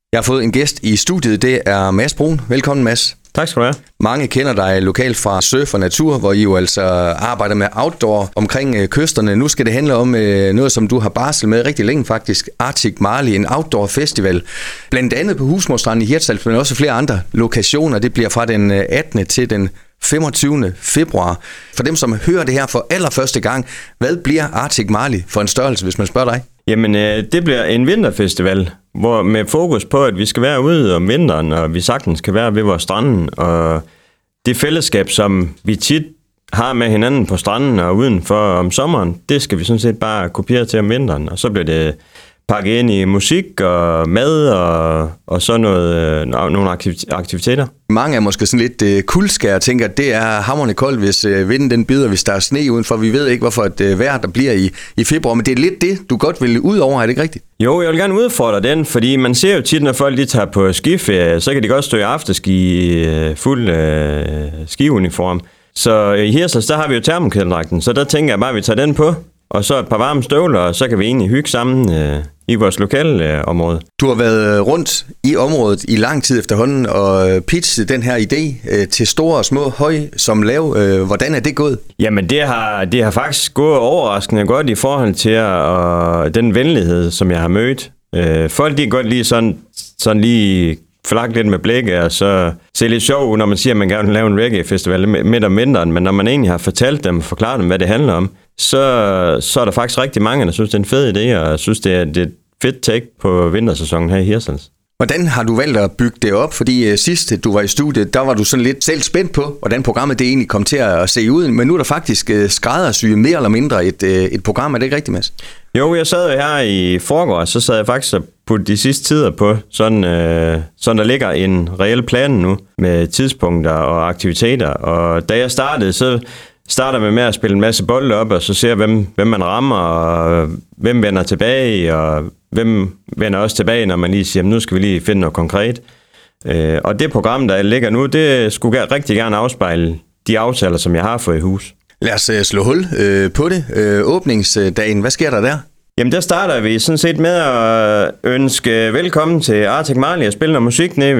Jeg har fået en gæst i studiet, det er Mads Brun. Velkommen, Mads. Tak skal du have. Mange kender dig lokalt fra Surf og Natur, hvor I jo altså arbejder med outdoor omkring kysterne. Nu skal det handle om noget, som du har barslet med rigtig længe faktisk. Arctic Marley, en outdoor festival. Blandt andet på Husmorsstranden i Hirtshals, men også flere andre lokationer. Det bliver fra den 18. til den 25. februar. For dem, som hører det her for allerførste gang, hvad bliver Arctic Marley for en størrelse, hvis man spørger dig? Jamen, det bliver en vinterfestival, hvor med fokus på, at vi skal være ude om vinteren, og vi sagtens kan være ved vores stranden. Og det fællesskab, som vi tit har med hinanden på stranden og udenfor om sommeren, det skal vi sådan set bare kopiere til om vinteren. Og så bliver det pakket ind i musik og mad og så nogle aktiviteter. Mange er måske sådan lidt kuldskær og tænker, at det er hamrende koldt, hvis vinden den bider, hvis der er sne udenfor. Vi ved ikke, hvorfor et vejr der bliver i februar, men det er lidt det, du godt vil ud over, er det ikke rigtigt? Jo, jeg vil gerne udfordre den, fordi man ser jo tit, når folk de tager på skiferie, så kan de godt stå i afterski fuld skiuniform. Så i Hirtshals, der har vi jo termokædedragten, så der tænker jeg bare, at vi tager den på, og så et par varme støvler, og så kan vi egentlig hygge sammen i vores lokale område. Du har været rundt i området i lang tid efterhånden og pitchet den her idé til store og små, høj som lav. Hvordan er det gået? Jamen det har faktisk gået overraskende godt i forhold til den venlighed, som jeg har mødt. Folk de kan godt lige sådan lige flagge lidt med blikket, og så se lidt sjov, når man siger, at man gerne vil lave en reggae-festival midt om vinteren, men når man egentlig har fortalt dem og forklaret dem, hvad det handler om, så er der faktisk rigtig mange, der synes, det er en fed idé, og synes, det er et fedt take på vintersæsonen her i Hirtshals. Hvordan har du valgt at bygge det op? Fordi sidst du var i studiet, der var du sådan lidt selv spændt på, hvordan programmet det egentlig kom til at se ud, men nu er der faktisk skræddersyet mere eller mindre et program. Er det ikke rigtigt, Mads? Jo, jeg sad jo her i forgårs, så sad jeg faktisk og putte de sidste tider på, sådan der ligger en reel plan nu med tidspunkter og aktiviteter. Og da jeg startede, så starter man med at spille en masse bolde op, og så ser hvem man rammer, og hvem vender tilbage, og hvem vender også tilbage, når man lige siger, nu skal vi lige finde noget konkret. Og det program, der ligger nu, det skulle rigtig gerne afspejle de aftaler, som jeg har fået i hus. Lad os slå hul på det. Åbningsdagen, hvad sker der der? Jamen der starter vi sådan set med at ønske velkommen til Arctic Marley og spille noget musik nede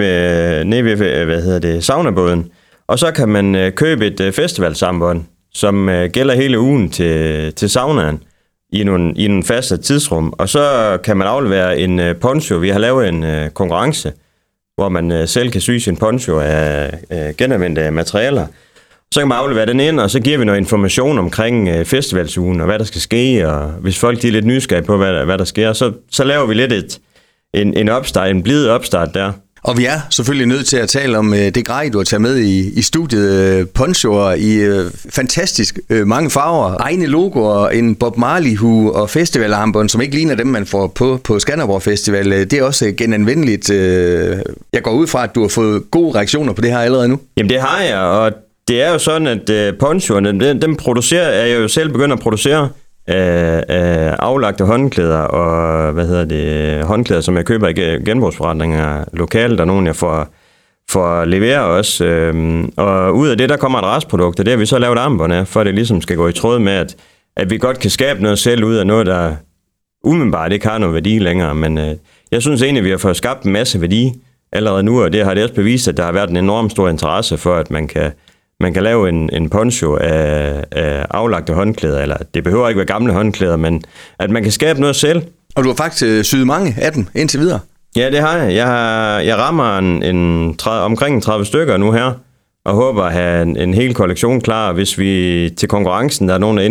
ved saunabåden. Og så kan man købe et festivalsambånd, som gælder hele ugen til saunaen i nogle faste tidsrum. Og så kan man aflevere en poncho. Vi har lavet en konkurrence, hvor man selv kan sy sin poncho af genanvendte materialer. Så kan man aflevere den ind, og så giver vi noget information omkring festivalsugen og hvad der skal ske. Og hvis folk de er lidt nysgerrige på, hvad der sker, så laver vi lidt en blid opstart der. Og vi er selvfølgelig nødt til at tale om det grej, du har taget med i studiet. Ponchoer i fantastisk mange farver, egne logoer, en Bob Marley-hue og festivalarmbånd, som ikke ligner dem, man får på Skanderborg Festival. Det er også genanvendeligt. Jeg går ud fra, at du har fået gode reaktioner på det her allerede nu. Jamen det har jeg, og det er jo sådan, at ponchoerne, dem er jeg jo selv begyndt at producere af aflagte håndklæder og håndklæder, som jeg køber i genbrugsforretninger lokalt, og nogle jeg får levere også. Og ud af det, der kommer et restprodukt, og det har vi så lavet armbånd af, for at det ligesom skal gå i tråd med, at vi godt kan skabe noget selv ud af noget, der umiddelbart ikke har noget værdi længere. Men jeg synes egentlig, at vi har fået skabt en masse værdi allerede nu, og det har det også bevist, at der har været en enorm stor interesse for, at man kan lave en poncho af aflagte håndklæder, eller det behøver ikke være gamle håndklæder, men at man kan skabe noget selv. Og du har faktisk syet mange af dem indtil videre? Ja, det har jeg. Jeg rammer omkring 30 stykker nu her, og håber at have en hel kollektion klar. Hvis vi til konkurrencen, der er nogen, der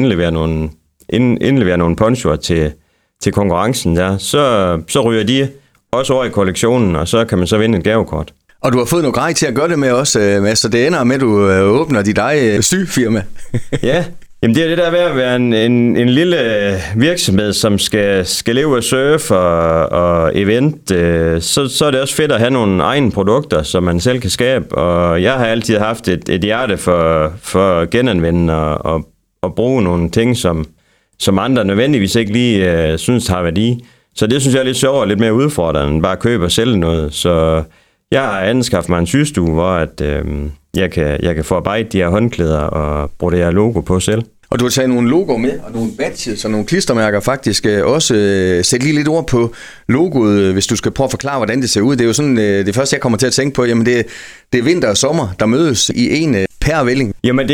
indleverer nogle ponchoer til konkurrencen der, så ryger de også over i kollektionen, og så kan man så vinde et gavekort. Og du har fået noget grej til at gøre det med også, Mads, så det ender med, at du åbner dit eget syfirma. Ja, jamen det er det der ved at være en lille virksomhed, som skal leve af surf og event. Så er det også fedt at have nogle egne produkter, som man selv kan skabe. Og jeg har altid haft et hjerte for at genanvende og bruge nogle ting, som andre nødvendigvis ikke lige synes har værdi. Så det synes jeg er lidt sjovere og lidt mere udfordrende end bare at købe og sælge noget. Så jeg har anskaffet mig en systue, hvor jeg kan forarbejde de her håndklæder og bruge det her logo på selv. Og du har taget nogle logoer med, og nogle badges og nogle klistermærker faktisk også. Sæt lige lidt ord på logoet, hvis du skal prøve at forklare, hvordan det ser ud. Det er jo sådan, det første jeg kommer til at tænke på, jamen det er vinter og sommer, der mødes i en pærevælling. Jamen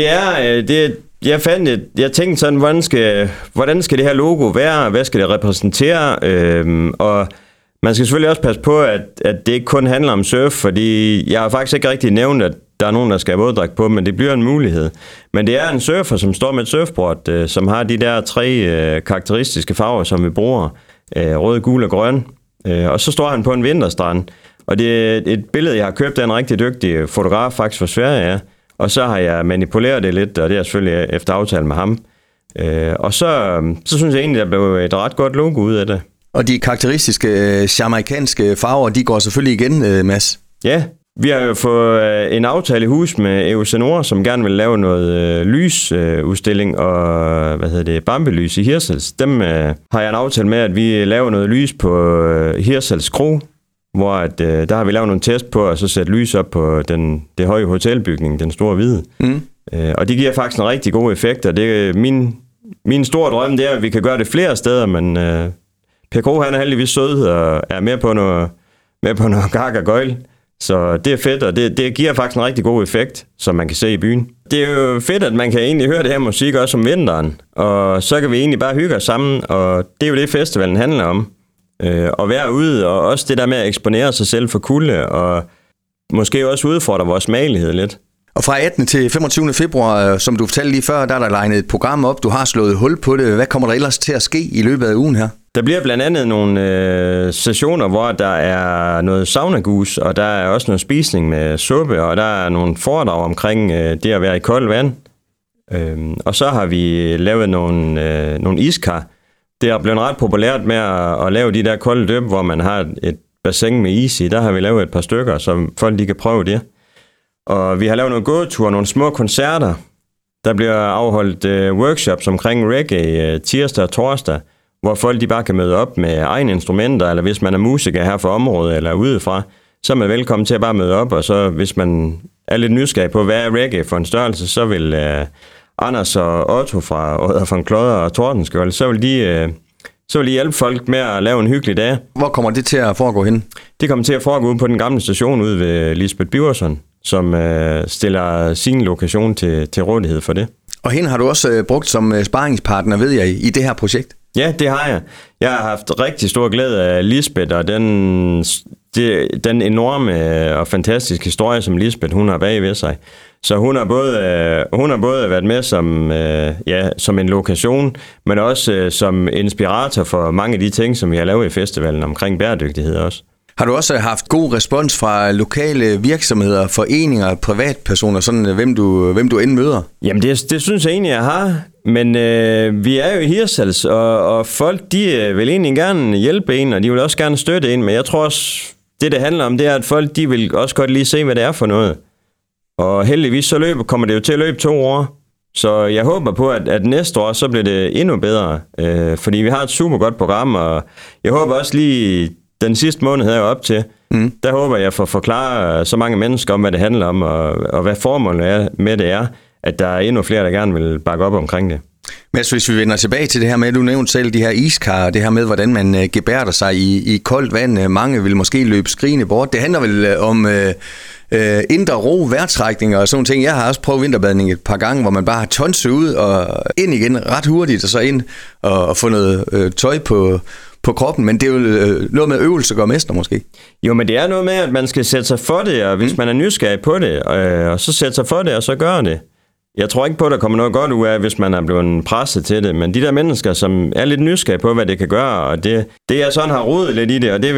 jeg tænkte sådan, hvordan skal det her logo være, hvad skal det repræsentere, og man skal selvfølgelig også passe på, at det ikke kun handler om surf, fordi jeg har faktisk ikke rigtig nævnt, at der er nogen, der skal have våddragt på, men det bliver en mulighed. Men det er en surfer, som står med et surfboard, som har de der 3 karakteristiske farver, som vi bruger. Rød, gul og grøn. Og så står han på en vinterstrand. Og det er et billede, jeg har købt af en rigtig dygtig fotograf, faktisk fra Sverige. Ja. Og så har jeg manipuleret det lidt, og det er selvfølgelig efter aftale med ham. Og så synes jeg egentlig, der blev et ret godt logo ud af det. Og de karakteristiske jamaikanske farver, de går selvfølgelig igen, Mads. Ja, vi har jo fået en aftale i hus med EOC Nord, som gerne vil lave noget lysudstilling og bambelys i Hirsals. Dem har jeg en aftale med, at vi laver noget lys på Hirsals Kro, hvor der har vi lavet nogle test på at så sætte lys op på det høje hotelbygning, den store hvide. Og det giver faktisk en rigtig god effekt, og det er min store drøm, det er, at vi kan gøre det flere steder, men Per Kro, han er heldigvis sød og er med på noget gak og gøjl. Så det er fedt, og det giver faktisk en rigtig god effekt, som man kan se i byen. Det er jo fedt, at man kan egentlig høre det her musik også om vinteren, og så kan vi egentlig bare hygge os sammen, og det er jo det, festivalen handler om. At være ude, og også det der med at eksponere sig selv for kulde, og måske også udfordre vores magelighed lidt. Og fra 18. til 25. februar, som du fortalte lige før, der er der legnet et program op. Du har slået hul på det. Hvad kommer der ellers til at ske i løbet af ugen her? Der bliver blandt andet nogle sessioner, hvor der er noget saunagus, og der er også noget spisning med suppe, og der er nogle foredrag omkring det at være i koldt vand. Og så har vi lavet nogle iskar. Det er blevet ret populært med at lave de der kolde døb, hvor man har et bassin med is i. Der har vi lavet et par stykker, så folk de kan prøve det. Og vi har lavet nogle gåture, nogle små koncerter. Der bliver afholdt workshops omkring reggae tirsdag og torsdag, hvor folk de bare kan møde op med egne instrumenter, eller hvis man er musiker her fra området eller udefra, så er man velkommen til at bare møde op, og så hvis man er lidt nysgerrig på, hvad er reggae for en størrelse, så vil Anders og Otto fra Odder von Klodder og Tordenskjold, så vil de hjælpe folk med at lave en hyggelig dag. Hvor kommer det til at foregå hen? Det kommer til at foregå ude på den gamle station ude ved Lisbeth Biverson, som stiller sin lokation til rådighed for det. Og hende har du også brugt som sparringspartner, ved jeg, i det her projekt? Ja, det har jeg. Jeg har haft rigtig stor glæde af Lisbeth, og den enorme og fantastiske historie, som Lisbeth hun har bag ved sig. Så hun har både været med som en lokation, men også som inspirator for mange af de ting, som vi har lavet i festivalen omkring bæredygtighed også. Har du også haft god respons fra lokale virksomheder, foreninger, privatpersoner, sådan hvem du end møder? Jamen det synes jeg egentlig, jeg har. Men vi er jo i Hirsals, og folk de vil egentlig gerne hjælpe en, og de vil også gerne støtte en. Men jeg tror også, det handler om, det er, at folk de vil også godt lige se, hvad det er for noget. Og heldigvis så kommer det jo til at løbe 2 år. Så jeg håber på, at næste år så bliver det endnu bedre. Fordi vi har et super godt program, og jeg håber også lige den sidste måned her op til, der håber jeg får forklare så mange mennesker om, hvad det handler om, og hvad formålet med det er, at der er endnu flere, der gerne vil bakke op omkring det. Men hvis vi vender tilbage til det her med, du nævnte selv de her iskar, det her med, hvordan man gebærder sig i koldt vand. Mange vil måske løbe skrigende bort. Det handler vel om indre ro, vejrtrækning og sådan ting. Jeg har også prøvet vinterbadning et par gange, hvor man bare har tonset ud og ind igen ret hurtigt, og så ind og få noget tøj på kroppen, men det er jo noget med øvelse gør mester måske. Jo, men det er noget med, at man skal sætte sig for det, og hvis man er nysgerrig på det, og så sætte sig for det, og så gøre det. Jeg tror ikke på, at der kommer noget godt ud af, hvis man er blevet presset til det, men de der mennesker, som er lidt nysgerrige på, hvad det kan gøre, og det jeg sådan har rodet lidt i det, og det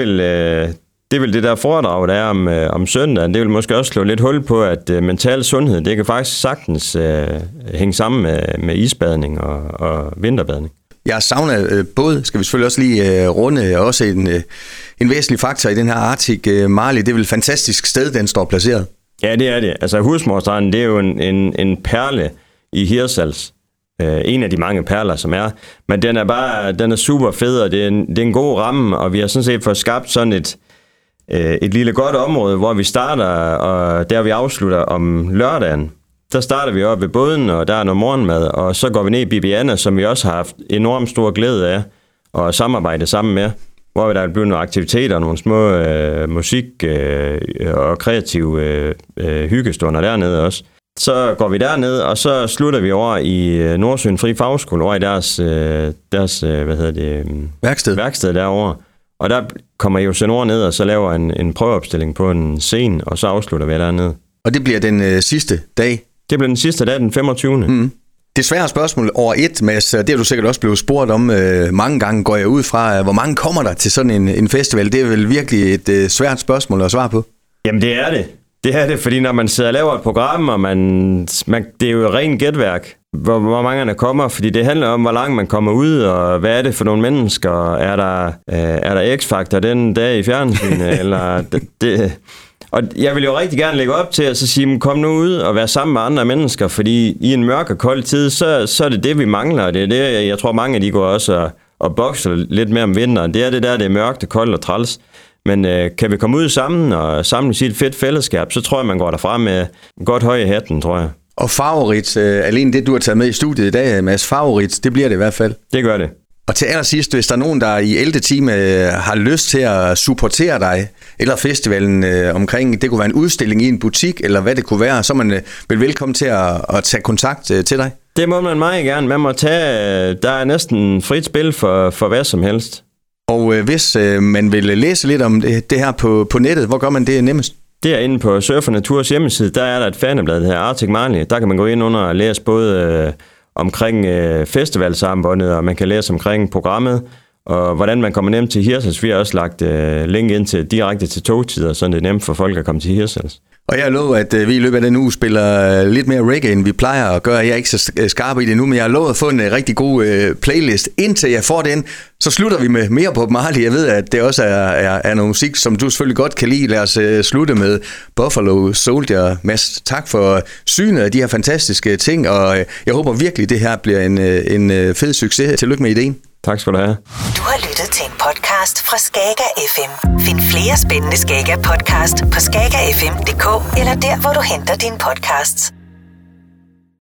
vil det der foredrag, der er om søndagen, det vil måske også slå lidt hul på, at mental sundhed, det kan faktisk sagtens hænge sammen med isbadning og vinterbadning. Jeg savner både, skal vi selvfølgelig også lige runde, også en væsentlig faktor i den her Arctic Marley. Det er vel et fantastisk sted, den står placeret. Ja, det er det. Altså Husmorstranden, det er jo en perle i Hirsals. En af de mange perler, som er. Men den er super fed, og det er en god ramme, og vi har sådan set fået skabt sådan et lille godt område, hvor vi starter, og der vi afslutter om lørdagen. der starter vi op ved båden, og der er noget morgenmad, og så går vi ned i Bibiana, som vi også har haft enormt stor glæde af og samarbejde sammen med, hvor der bliver nogle aktiviteter, nogle små musik og kreative hyggestunder dernede også. Så går vi derned, og så slutter vi over i Nordsøen Fri Fagskole, over i deres værksted derovre. Og der kommer jo seniorer ned, og så laver en prøveopstilling på en scene, og så afslutter vi dernede. Og det bliver den sidste dag? Det bliver den sidste dag, den 25. Mm. Det svære spørgsmål over et, Mads, det har du sikkert også blevet spurgt om mange gange, går jeg ud fra. Hvor mange kommer der til sådan en festival? Det er vel virkelig et svært spørgsmål at svare på? Jamen det er det. Det er det, fordi når man sidder og laver et program, og det er jo rent gætværk, hvor mange der kommer, fordi det handler om, hvor langt man kommer ud, og hvad er det for nogle mennesker? Er der X-Factor den dag i fjernsynet? Eller det. Og jeg vil jo rigtig gerne lægge op til at sige, kom nu ud og være sammen med andre mennesker, fordi i en mørk og kold tid, så er det vi mangler. Det er det, jeg tror mange af de går også og bokser lidt mere om vinteren. Det er det der, det er mørkt og koldt og træls. Men kan vi komme ud sammen og samles i et fedt fællesskab, så tror jeg, man går derfra med godt høj i hatten, tror jeg. Og favorit, alene det, du har taget med i studiet i dag, Mads, favorit, det bliver det i hvert fald. Det gør det. Og til allersidst, hvis der er nogen, der i 11. time har lyst til at supportere dig, eller festivalen omkring, det kunne være en udstilling i en butik, eller hvad det kunne være, så er man vel velkommen til at tage kontakt til dig. Det må man meget gerne. Man må tage, der er næsten frit spil for hvad som helst. Og hvis man vil læse lidt om det her på nettet, hvor gør man det nemmest? Det er inde på Surf og Naturs hjemmeside, der er der et faneblad, der hedder Arctic Marley. Der kan man gå ind under og læse både omkring festivalsammenbåndet, og man kan læse omkring programmet, og hvordan man kommer nemt til Hirtshals. Vi har også lagt link ind direkte til togtider, så det er nemt for folk at komme til Hirtshals. Og jeg lover, at vi i løbet af den uge spiller lidt mere reggae, end vi plejer at gøre. Jeg er ikke så skarp i det nu, men jeg har lovet at få en rigtig god playlist. Indtil jeg får den, så slutter vi med mere Bob Marley. Jeg ved, at det også er noget musik, som du selvfølgelig godt kan lide. Lad os slutte med Buffalo Soldier. Mads, tak for synet af de her fantastiske ting, og jeg håber virkelig, det her bliver en fed succes. Tillykke med ideen. Tak skal du have. Du har lyttet til en podcast fra Skager FM. Find flere spændende Skager podcast på skagerfm.dk eller der, hvor du henter dine podcasts.